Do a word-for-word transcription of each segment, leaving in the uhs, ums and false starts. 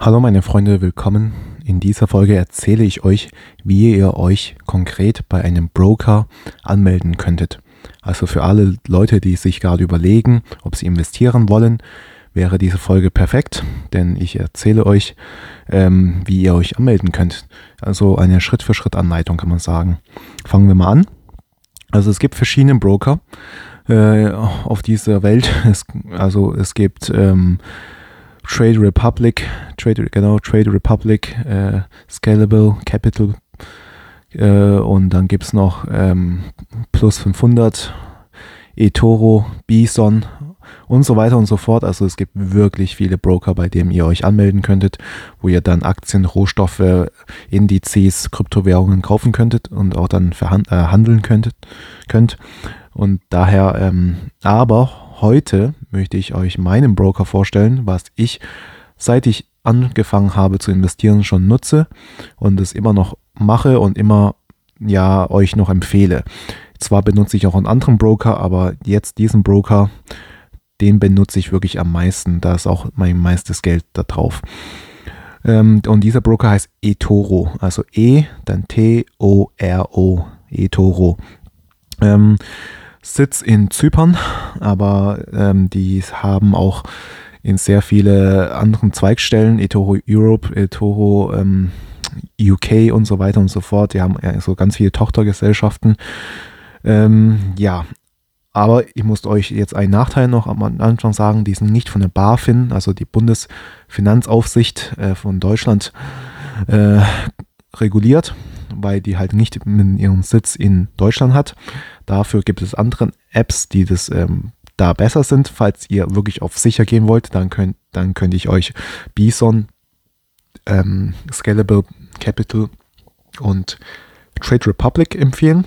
Hallo meine Freunde, willkommen. In dieser Folge erzähle ich euch, wie ihr euch konkret bei einem Broker anmelden könntet. Also für alle Leute, die sich gerade überlegen, ob sie investieren wollen, wäre diese Folge perfekt, denn ich erzähle euch, ähm, wie ihr euch anmelden könnt. Also eine Schritt-für-Schritt-Anleitung kann man sagen. Fangen wir mal an. Also es gibt verschiedene Broker äh, auf dieser Welt. Es, also es gibt ähm, Trade Republic, Trade, genau, Trade Republic, äh, Scalable, Capital äh, und dann gibt es noch ähm, Plus fünfhundert, eToro, Bison und so weiter und so fort. Also es gibt wirklich viele Broker, bei denen ihr euch anmelden könntet, wo ihr dann Aktien, Rohstoffe, Indizes, Kryptowährungen kaufen könntet und auch dann verhand- äh, handeln könntet, könnt. Und daher, ähm, aber heute möchte ich euch meinen Broker vorstellen, was ich, seit ich angefangen habe zu investieren, schon nutze und es immer noch mache und immer ja euch noch empfehle. Zwar benutze ich auch einen anderen Broker, aber jetzt diesen Broker, den benutze ich wirklich am meisten. Da ist auch mein meistes Geld da drauf. Ähm, und dieser Broker heißt eToro, also E, dann T O R O, eToro. Ähm, Sitz in Zypern, aber ähm, die haben auch in sehr viele anderen Zweigstellen, eToro Europe, eToro ähm, U K und so weiter und so fort. Die haben ja so ganz viele Tochtergesellschaften. Ähm, ja, aber ich muss euch jetzt einen Nachteil noch am Anfang sagen, die sind nicht von der BaFin, also die Bundesfinanzaufsicht äh, von Deutschland, äh, reguliert, weil die halt nicht ihren Sitz in Deutschland hat. Dafür gibt es andere Apps, die das ähm, da besser sind. Falls ihr wirklich auf sicher gehen wollt, dann könnt, dann könnte ich euch Bison, ähm, Scalable Capital und Trade Republic empfehlen.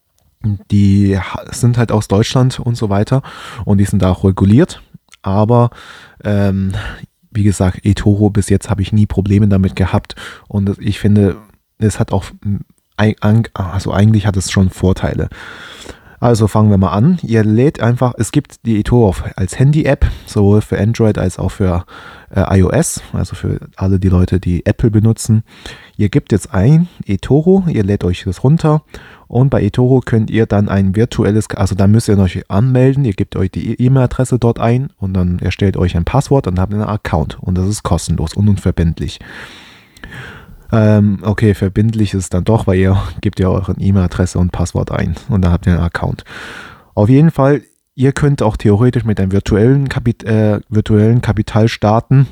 Die sind halt aus Deutschland und so weiter und die sind da auch reguliert. Aber ähm, wie gesagt, eToro, bis jetzt habe ich nie Probleme damit gehabt und ich finde, es hat auch, also eigentlich hat es schon Vorteile. Also fangen wir mal an. Ihr lädt einfach, es gibt die eToro als Handy-App, sowohl für Android als auch für äh, iOS, also für alle die Leute, die Apple benutzen. Ihr gebt jetzt ein eToro, ihr lädt euch das runter und bei eToro könnt ihr dann ein virtuelles, also da müsst ihr euch anmelden, ihr gebt euch die E-Mail-Adresse dort ein und dann erstellt euch ein Passwort und habt einen Account und das ist kostenlos und unverbindlich. Ähm, okay, verbindlich ist es dann doch, weil ihr gebt ja eure E-Mail-Adresse und Passwort ein und dann habt ihr einen Account. Auf jeden Fall, ihr könnt auch theoretisch mit einem virtuellen, Kapit äh, virtuellen Kapital starten.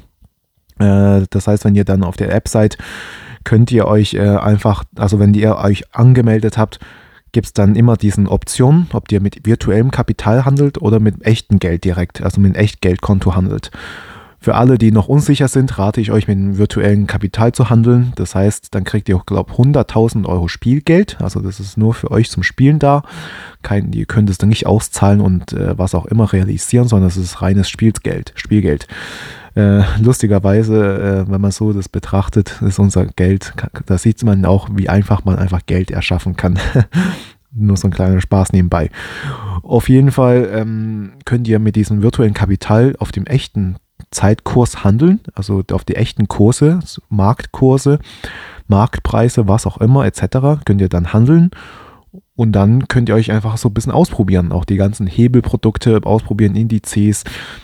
Äh, das heißt, wenn ihr dann auf der App seid, könnt ihr euch äh, einfach, also wenn ihr euch angemeldet habt, gibt es dann immer diesen Optionen, ob ihr mit virtuellem Kapital handelt oder mit echtem Geld direkt, also mit einem Echtgeldkonto handelt. Für alle, die noch unsicher sind, rate ich euch, mit einem virtuellen Kapital zu handeln. Das heißt, dann kriegt ihr, glaube ich, hunderttausend Euro Spielgeld. Also das ist nur für euch zum Spielen da. Kein, ihr könnt es dann nicht auszahlen und äh, was auch immer realisieren, sondern es ist reines Spielgeld. Spielgeld. Äh, lustigerweise, äh, wenn man so das betrachtet, ist unser Geld, da sieht man auch, wie einfach man einfach Geld erschaffen kann. Nur so ein kleiner Spaß nebenbei. Auf jeden Fall ähm, könnt ihr mit diesem virtuellen Kapital auf dem echten Zeitkurs handeln, also auf die echten Kurse, Marktkurse, Marktpreise, was auch immer, et cetera, könnt ihr dann handeln und dann könnt ihr euch einfach so ein bisschen ausprobieren, auch die ganzen Hebelprodukte ausprobieren, Indizes,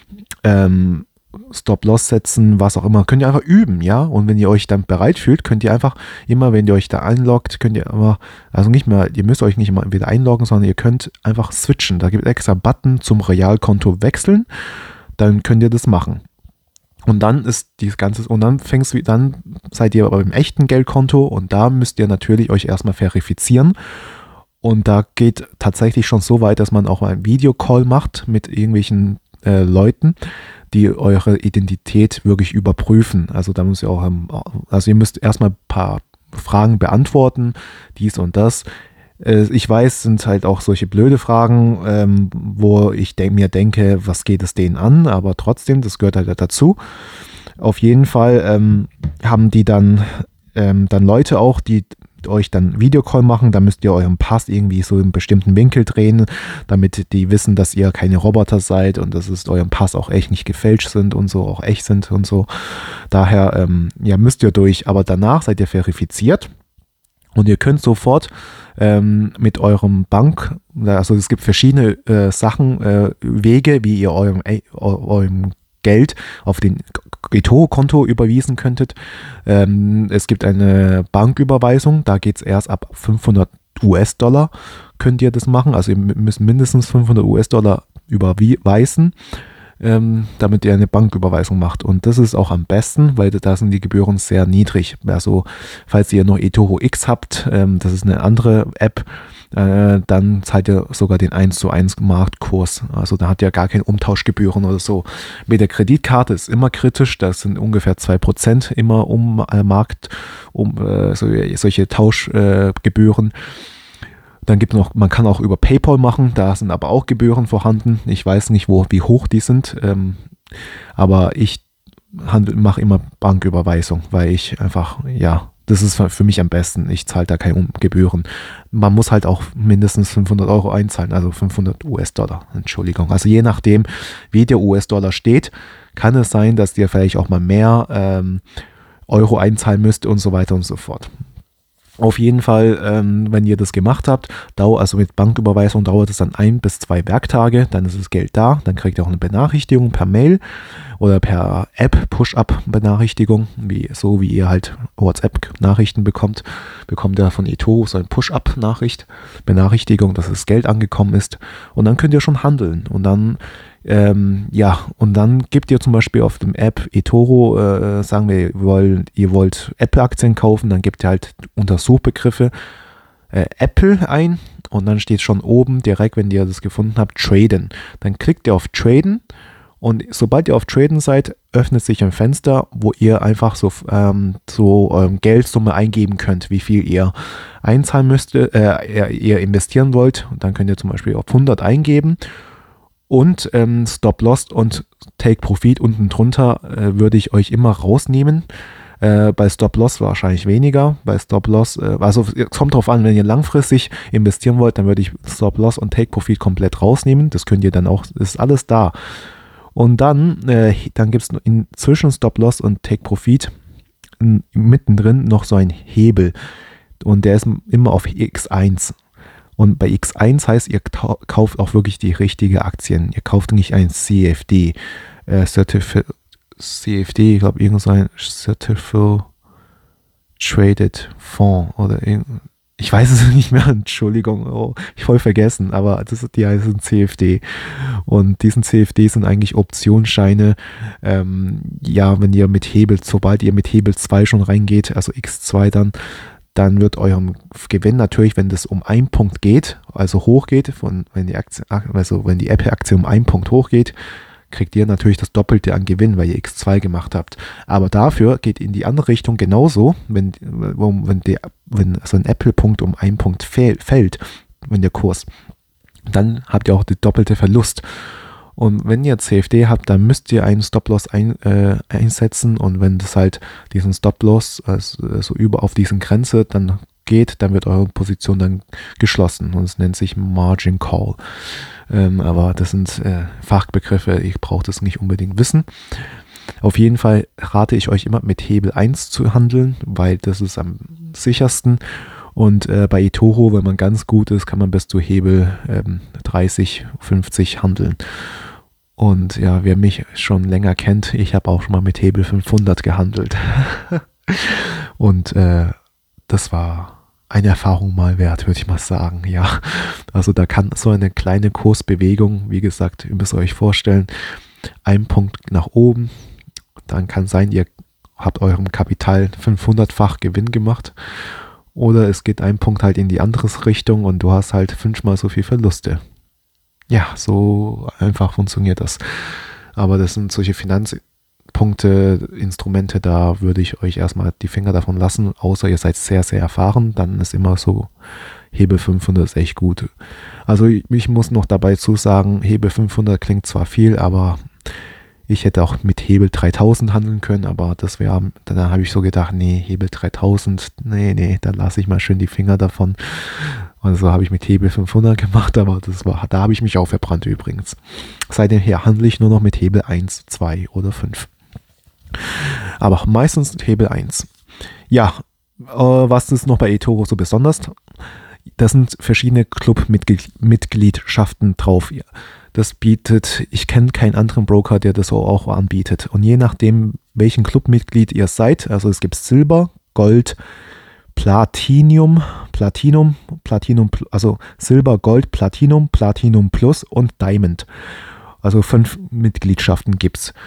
ähm, Stop-Loss setzen, was auch immer, könnt ihr einfach üben, ja, und wenn ihr euch dann bereit fühlt, könnt ihr einfach immer, wenn ihr euch da einloggt, könnt ihr immer, also nicht mehr, ihr müsst euch nicht immer wieder einloggen, sondern ihr könnt einfach switchen, da gibt es extra Button zum Realkonto wechseln, dann könnt ihr das machen. Und dann ist dieses Ganze, und dann fängst du, dann seid ihr beim echten Geldkonto und da müsst ihr natürlich euch erstmal verifizieren. Und da geht tatsächlich schon so weit, dass man auch einen Videocall macht mit irgendwelchen äh, Leuten, die eure Identität wirklich überprüfen. Also da müsst ihr auch, also ihr müsst erstmal ein paar Fragen beantworten, dies und das. Ich weiß, sind halt auch solche blöde Fragen, ähm, wo ich denk, mir denke, was geht es denen an, aber trotzdem, das gehört halt dazu. Auf jeden Fall ähm, haben die dann, ähm, dann Leute auch, die mit euch dann Videocall machen. Da müsst ihr euren Pass irgendwie so in einem bestimmten Winkel drehen, damit die wissen, dass ihr keine Roboter seid und dass es euren Pass auch echt nicht gefälscht sind und so, auch echt sind und so. Daher ähm, ja, müsst ihr durch, aber danach seid ihr verifiziert. Und ihr könnt sofort ähm, mit eurem Bank, also es gibt verschiedene äh, Sachen, äh, Wege, wie ihr eurem, äh, eurem Geld auf den eToro-Konto überwiesen könntet. Ähm, es gibt eine Banküberweisung, da geht es erst ab fünfhundert US-Dollar, könnt ihr das machen. Also ihr müsst mindestens fünfhundert US-Dollar überweisen, Ähm, damit ihr eine Banküberweisung macht. Und das ist auch am besten, weil da sind die Gebühren sehr niedrig. Also falls ihr noch eToro X habt, ähm, das ist eine andere App, äh, dann zahlt ihr sogar den eins zu eins Marktkurs. Also da habt ihr gar keine Umtauschgebühren oder so. Mit der Kreditkarte ist immer kritisch, das sind ungefähr zwei Prozent immer um äh, Markt, um äh, so, solche Tauschgebühren. Äh, Dann gibt noch, man kann auch über PayPal machen, da sind aber auch Gebühren vorhanden. Ich weiß nicht, wo, wie hoch die sind, ähm, aber ich mache immer Banküberweisung, weil ich einfach, ja, das ist für mich am besten. Ich zahle da keine Gebühren. Man muss halt auch mindestens fünfhundert Euro einzahlen, also fünfhundert US-Dollar, Entschuldigung. Also je nachdem, wie der U S-Dollar steht, kann es sein, dass ihr vielleicht auch mal mehr ähm, Euro einzahlen müsst und so weiter und so fort. Auf jeden Fall, ähm, wenn ihr das gemacht habt, dauert, also mit Banküberweisung dauert es dann ein bis zwei Werktage, dann ist das Geld da, dann kriegt ihr auch eine Benachrichtigung per Mail oder per App, Push-Up-Benachrichtigung, wie, so wie ihr halt WhatsApp-Nachrichten bekommt, bekommt ihr von eToro so eine Push-Up-Nachricht, Benachrichtigung, dass das Geld angekommen ist und dann könnt ihr schon handeln und dann Ähm, ja, und dann gebt ihr zum Beispiel auf dem App eToro, äh, sagen wir, ihr wollt, ihr wollt Apple-Aktien kaufen, dann gebt ihr halt unter Suchbegriffe äh, Apple ein und dann steht schon oben direkt, wenn ihr das gefunden habt, Traden. Dann klickt ihr auf Traden und sobald ihr auf Traden seid, öffnet sich ein Fenster, wo ihr einfach so, ähm, so ähm, Geldsumme eingeben könnt, wie viel ihr einzahlen müsst, äh, ihr investieren wollt. Und dann könnt ihr zum Beispiel auf hundert eingeben. Und ähm, Stop-Loss und Take-Profit unten drunter äh, würde ich euch immer rausnehmen. Äh, bei Stop-Loss wahrscheinlich weniger. Bei Stop-Loss, äh, also es kommt drauf an, wenn ihr langfristig investieren wollt, dann würde ich Stop-Loss und Take-Profit komplett rausnehmen. Das könnt ihr dann auch, das ist alles da. Und dann, äh, dann gibt es zwischen Stop-Loss und Take-Profit mittendrin noch so einen Hebel. Und der ist immer auf X eins. Und bei X eins heißt, ihr kauft auch wirklich die richtige Aktien. Ihr kauft nicht ein C F D. Äh, Certif- C F D, ich glaube, irgend so ein Certificate Traded Fonds oder irgend, ich weiß es nicht mehr, Entschuldigung, oh, ich voll vergessen, aber das, die heißen C F D. Und diesen C F D sind eigentlich Optionsscheine. Ähm, ja, wenn ihr mit Hebel, sobald ihr mit Hebel zwei schon reingeht, also X zwei dann, dann wird eurem Gewinn natürlich, wenn das um einen Punkt geht, also hochgeht, von, wenn die Aktie, also wenn die Apple-Aktie um einen Punkt hochgeht, kriegt ihr natürlich das Doppelte an Gewinn, weil ihr X zwei gemacht habt. Aber dafür geht in die andere Richtung genauso, wenn, wenn, die, wenn so ein Apple-Punkt um einen Punkt fällt, wenn der Kurs, dann habt ihr auch den doppelte Verlust. Und wenn ihr C F D habt, dann müsst ihr einen Stop-Loss ein, äh, einsetzen und wenn das halt diesen Stop-Loss also, so über auf diesen Grenze dann geht, dann wird eure Position dann geschlossen und es nennt sich Margin Call. Ähm, aber das sind äh, Fachbegriffe, ich brauche das nicht unbedingt wissen. Auf jeden Fall rate ich euch immer mit Hebel eins zu handeln, weil das ist am sichersten. Und äh, bei eToro, wenn man ganz gut ist, kann man bis zu Hebel ähm, dreißig, fünfzig handeln. Und ja, wer mich schon länger kennt, ich habe auch schon mal mit Hebel fünfhundert gehandelt. Und äh, das war eine Erfahrung mal wert, würde ich mal sagen. Ja, also da kann so eine kleine Kursbewegung, wie gesagt, ihr müsst euch vorstellen, ein Punkt nach oben, dann kann sein, ihr habt eurem Kapital fünfhundertfach Gewinn gemacht. Oder es geht ein Punkt halt in die andere Richtung und du hast halt fünfmal so viel Verluste. Ja, so einfach funktioniert das. Aber das sind solche Finanzpunkte, Instrumente, da würde ich euch erstmal die Finger davon lassen, außer ihr seid sehr, sehr erfahren, dann ist immer so, Hebel fünfhundert ist echt gut. Also ich muss noch dabei zusagen, Hebel fünfhundert klingt zwar viel, aber Ich hätte auch mit Hebel dreitausend handeln können, aber das wäre, dann habe ich so gedacht, nee, Hebel dreitausend, nee, nee, dann lasse ich mal schön die Finger davon. Also habe ich mit Hebel fünfhundert gemacht, aber das war, da habe ich mich auch verbrannt übrigens. Seitdem her handle ich nur noch mit Hebel eins, zwei oder fünf. Aber meistens Hebel eins. Ja, äh, was ist noch bei eToro so besonders? Da sind verschiedene Club-Mitgliedschaften drauf. Das bietet, ich kenne keinen anderen Broker, der das so auch anbietet. Und je nachdem, welchen Clubmitglied ihr seid, also es gibt Silber, Gold, Platinum, Platinum, Platinum, also Silber, Gold, Platinum, Platinum Plus und Diamond. Also fünf Mitgliedschaften gibt es.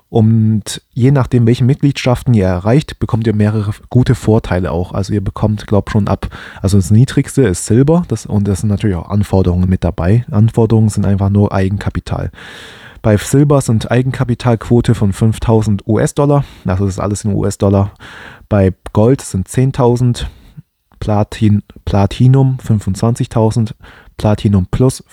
Und je nachdem, welche Mitgliedschaften ihr erreicht, bekommt ihr mehrere gute Vorteile auch. Also ihr bekommt, glaube ich, schon ab, also das niedrigste ist Silber, das, und das sind natürlich auch Anforderungen mit dabei. Anforderungen sind einfach nur Eigenkapital. Bei Silber sind Eigenkapitalquote von fünftausend US-Dollar, also das ist alles in U S-Dollar. Bei Gold sind zehntausend, Platin, Platinum fünfundzwanzigtausend, Platinum Plus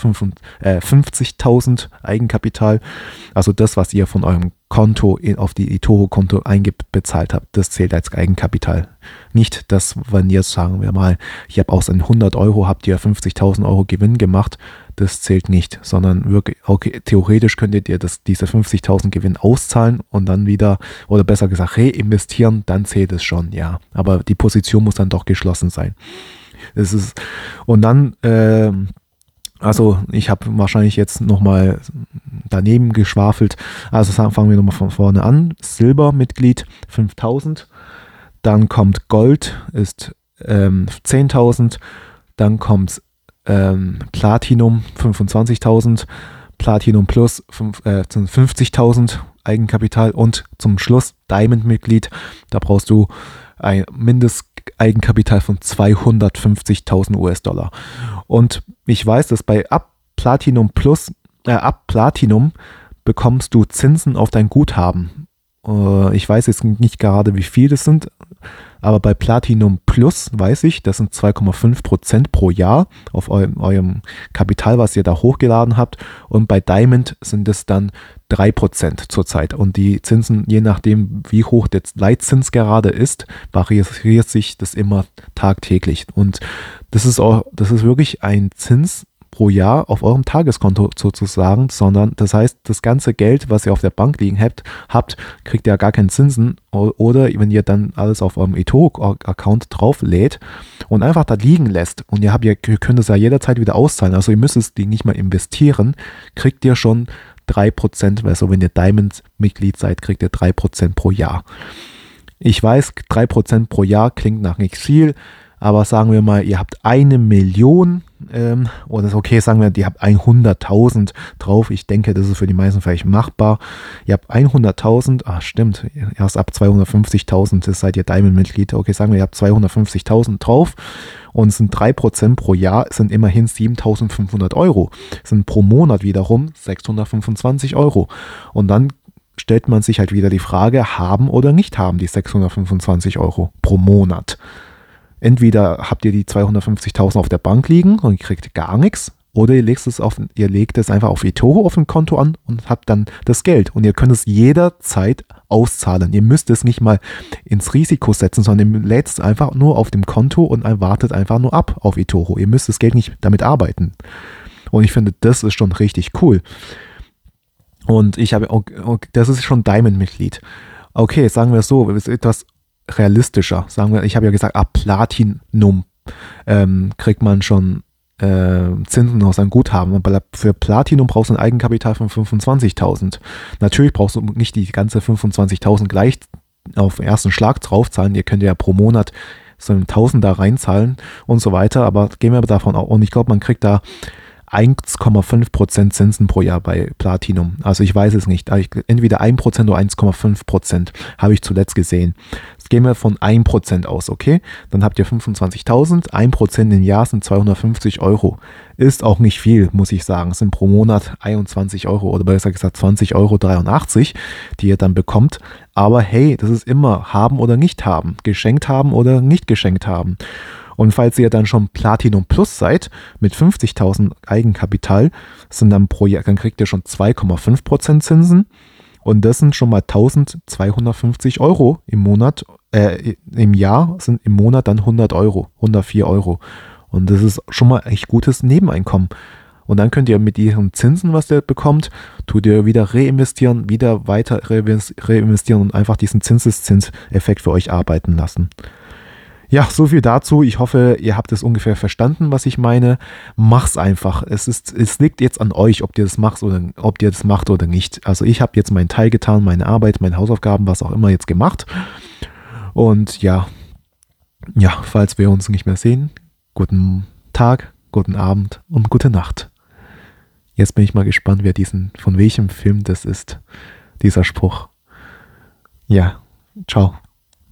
fünfzigtausend Eigenkapital. Also das, was ihr von eurem Konto in, auf die eToro-Konto eingezahlt habt, das zählt als Eigenkapital. Nicht das, wenn ihr, sagen wir mal, ich habe aus hundert Euro, habt ihr fünfzigtausend Euro Gewinn gemacht, das zählt nicht, sondern wirklich, okay, theoretisch könntet ihr das, diese fünfzigtausend Gewinn auszahlen und dann wieder, oder besser gesagt reinvestieren, dann zählt es schon, ja. Aber die Position muss dann doch geschlossen sein. Das ist, und dann, äh, also ich habe wahrscheinlich jetzt nochmal daneben geschwafelt. Also fangen wir nochmal von vorne an. Silbermitglied fünftausend, dann kommt Gold, ist ähm, zehntausend, dann kommt ähm, Platinum fünfundzwanzigtausend, Platinum Plus äh, fünfzigtausend Eigenkapital und zum Schluss Diamond-Mitglied. Da brauchst du ein Mindesteigenkapital von zweihundertfünfzigtausend US-Dollar. Und ich weiß, dass bei ab Platinum Plus, äh, ab Platinum bekommst du Zinsen auf dein Guthaben. Äh, ich weiß jetzt nicht gerade, wie viel das sind, aber bei Platinum Plus weiß ich, das sind zwei Komma fünf Prozent pro Jahr auf eurem, eurem Kapital, was ihr da hochgeladen habt. Und bei Diamond sind es dann drei Prozent zurzeit. Und die Zinsen, je nachdem, wie hoch der Leitzins gerade ist, variiert sich das immer tagtäglich. Und das ist auch, das ist wirklich ein Zins pro Jahr auf eurem Tageskonto sozusagen, sondern das heißt, das ganze Geld, was ihr auf der Bank liegen habt, habt kriegt ihr gar keinen Zinsen, oder wenn ihr dann alles auf eurem eToro-Account drauflädt und einfach da liegen lässt und ihr, habt, ihr könnt es ja jederzeit wieder auszahlen, also ihr müsst es nicht mal investieren, kriegt ihr schon drei Prozent, also wenn ihr Diamond-Mitglied seid, kriegt ihr drei Prozent pro Jahr. Ich weiß, drei Prozent pro Jahr klingt nach nicht viel, aber sagen wir mal, ihr habt eine Million ähm, oder okay, sagen wir, ihr habt hunderttausend drauf. Ich denke, das ist für die meisten vielleicht machbar. Ihr habt hunderttausend, ah stimmt, erst ab zweihundertfünfzigtausend seid ihr Diamond-Mitglied. Okay, sagen wir, ihr habt zweihundertfünfzigtausend drauf und es sind drei Prozent pro Jahr, sind immerhin siebentausendfünfhundert Euro. Sind pro Monat wiederum sechshundertfünfundzwanzig Euro. Und dann stellt man sich halt wieder die Frage, haben oder nicht haben die sechshundertfünfundzwanzig Euro pro Monat. Entweder habt ihr die zweihundertfünfzigtausend auf der Bank liegen und ihr kriegt gar nichts, oder ihr legt es, auf, ihr legt es einfach auf eToro auf ein Konto an und habt dann das Geld. Und ihr könnt es jederzeit auszahlen. Ihr müsst es nicht mal ins Risiko setzen, sondern ihr lädt es einfach nur auf dem Konto und wartet einfach nur ab auf eToro. Ihr müsst das Geld nicht damit arbeiten. Und ich finde, das ist schon richtig cool. Und ich habe, das ist schon Diamond-Mitglied. Okay, sagen wir es so, es ist etwas realistischer. Sagen wir, ich habe ja gesagt, ab Platinum ähm, kriegt man schon äh, Zinsen aus einem Guthaben. Aber für Platinum brauchst du ein Eigenkapital von fünfundzwanzigtausend. Natürlich brauchst du nicht die ganze fünfundzwanzigtausend gleich auf den ersten Schlag draufzahlen. Ihr könnt ja pro Monat so einen Tausender reinzahlen und so weiter. Aber gehen wir davon aus. Und ich glaube, man kriegt da eins Komma fünf Prozent Zinsen pro Jahr bei Platinum. Also ich weiß es nicht. Entweder ein Prozent oder eins Komma fünf Prozent habe ich zuletzt gesehen. Jetzt gehen wir von ein Prozent aus, okay? Dann habt ihr fünfundzwanzigtausend. ein Prozent im Jahr sind zweihundertfünfzig Euro. Ist auch nicht viel, muss ich sagen. Es sind pro Monat einundzwanzig Euro oder besser gesagt zwanzig Euro dreiundachtzig, die ihr dann bekommt. Aber hey, das ist immer haben oder nicht haben. Geschenkt haben oder nicht geschenkt haben. Und falls ihr dann schon Platinum Plus seid, mit fünfzigtausend Eigenkapital, sind dann pro Jahr, dann kriegt ihr schon zwei Komma fünf Prozent Zinsen. Und das sind schon mal eintausendzweihundertfünfzig Euro im Monat, äh, im Jahr sind im Monat dann hundert Euro, hundertvier Euro. Und das ist schon mal echt gutes Nebeneinkommen. Und dann könnt ihr mit ihren Zinsen, was ihr bekommt, tut ihr wieder reinvestieren, wieder weiter reinvestieren und einfach diesen Zinseszinseffekt für euch arbeiten lassen. Ja, so viel dazu. Ich hoffe, ihr habt es ungefähr verstanden, was ich meine. Mach's einfach. Es ist, es liegt jetzt an euch, ob ihr das macht oder ob ihr das macht oder nicht. Also ich habe jetzt meinen Teil getan, meine Arbeit, meine Hausaufgaben, was auch immer jetzt gemacht. Und ja, ja, falls wir uns nicht mehr sehen, guten Tag, guten Abend und gute Nacht. Jetzt bin ich mal gespannt, wer diesen, von welchem Film das ist, dieser Spruch. Ja, ciao.